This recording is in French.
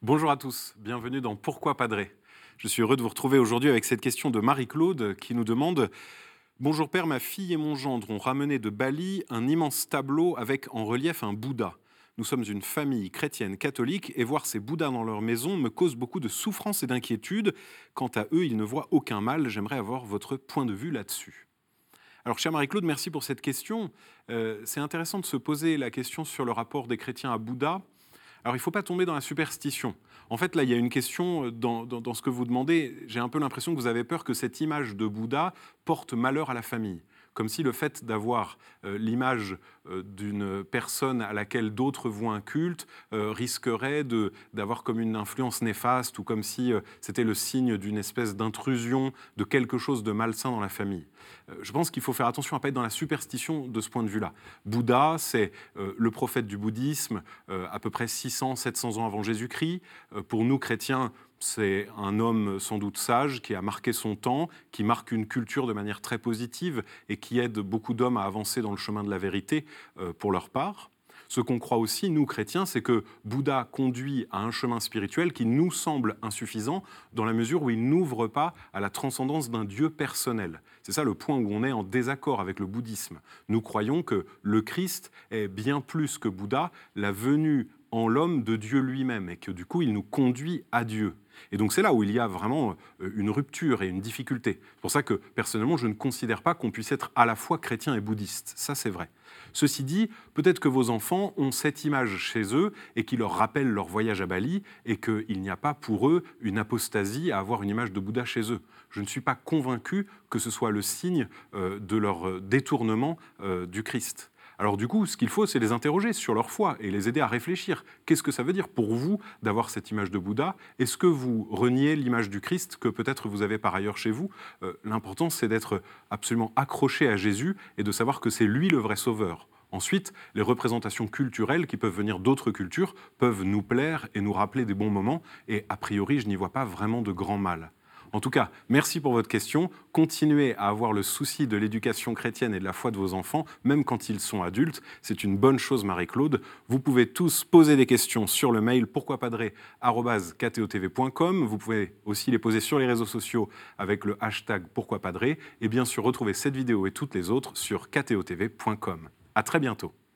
Bonjour à tous, bienvenue dans Pourquoi Padré. Je suis heureux de vous retrouver aujourd'hui avec cette question de Marie-Claude qui nous demande: Bonjour père, ma fille et mon gendre ont ramené de Bali un immense tableau avec en relief un Bouddha. Nous sommes une famille chrétienne catholique et voir ces Bouddhas dans leur maison me cause beaucoup de souffrance et d'inquiétude. Quant à eux, ils ne voient aucun mal. J'aimerais avoir votre point de vue là-dessus. Alors, chère Marie-Claude, merci pour cette question. C'est intéressant de se poser la question sur le rapport des chrétiens à Bouddha. Alors, il ne faut pas tomber dans la superstition. En fait, là, il y a une question dans ce que vous demandez. J'ai un peu l'impression que vous avez peur que cette image de Bouddha porte malheur à la famille. Comme si le fait d'avoir l'image d'une personne à laquelle d'autres voient un culte risquerait d'avoir comme une influence néfaste ou comme si c'était le signe d'une espèce d'intrusion de quelque chose de malsain dans la famille. Je pense qu'il faut faire attention à ne pas être dans la superstition de ce point de vue-là. Bouddha, c'est le prophète du bouddhisme, à peu près 600-700 ans avant Jésus-Christ. Pour nous, chrétiens, c'est un homme sans doute sage qui a marqué son temps, qui marque une culture de manière très positive et qui aide beaucoup d'hommes à avancer dans le chemin de la vérité pour leur part. Ce qu'on croit aussi, nous chrétiens, c'est que Bouddha conduit à un chemin spirituel qui nous semble insuffisant dans la mesure où il n'ouvre pas à la transcendance d'un Dieu personnel. C'est ça le point où on est en désaccord avec le bouddhisme. Nous croyons que le Christ est bien plus que Bouddha, la venue en l'homme de Dieu lui-même et que du coup il nous conduit à Dieu. Et donc c'est là où il y a vraiment une rupture et une difficulté. C'est pour ça que personnellement je ne considère pas qu'on puisse être à la fois chrétien et bouddhiste. Ça c'est vrai. Ceci dit, peut-être que vos enfants ont cette image chez eux et qui leur rappelle leur voyage à Bali et qu'il n'y a pas pour eux une apostasie à avoir une image de Bouddha chez eux. Je ne suis pas convaincu que ce soit le signe de leur détournement du Christ. Alors du coup, ce qu'il faut, c'est les interroger sur leur foi et les aider à réfléchir. Qu'est-ce que ça veut dire pour vous d'avoir cette image de Bouddha ? Est-ce que vous reniez l'image du Christ que peut-être vous avez par ailleurs chez vous ? L'important, c'est d'être absolument accroché à Jésus et de savoir que c'est lui le vrai sauveur. Ensuite, les représentations culturelles qui peuvent venir d'autres cultures peuvent nous plaire et nous rappeler des bons moments. Et a priori, je n'y vois pas vraiment de grand mal. En tout cas, merci pour votre question. Continuez à avoir le souci de l'éducation chrétienne et de la foi de vos enfants, même quand ils sont adultes. C'est une bonne chose, Marie-Claude. Vous pouvez tous poser des questions sur le mail pourquoipadré@ktotv.com. Vous pouvez aussi les poser sur les réseaux sociaux avec le hashtag pourquoipadré. Et bien sûr, retrouvez cette vidéo et toutes les autres sur ktotv.com. À très bientôt.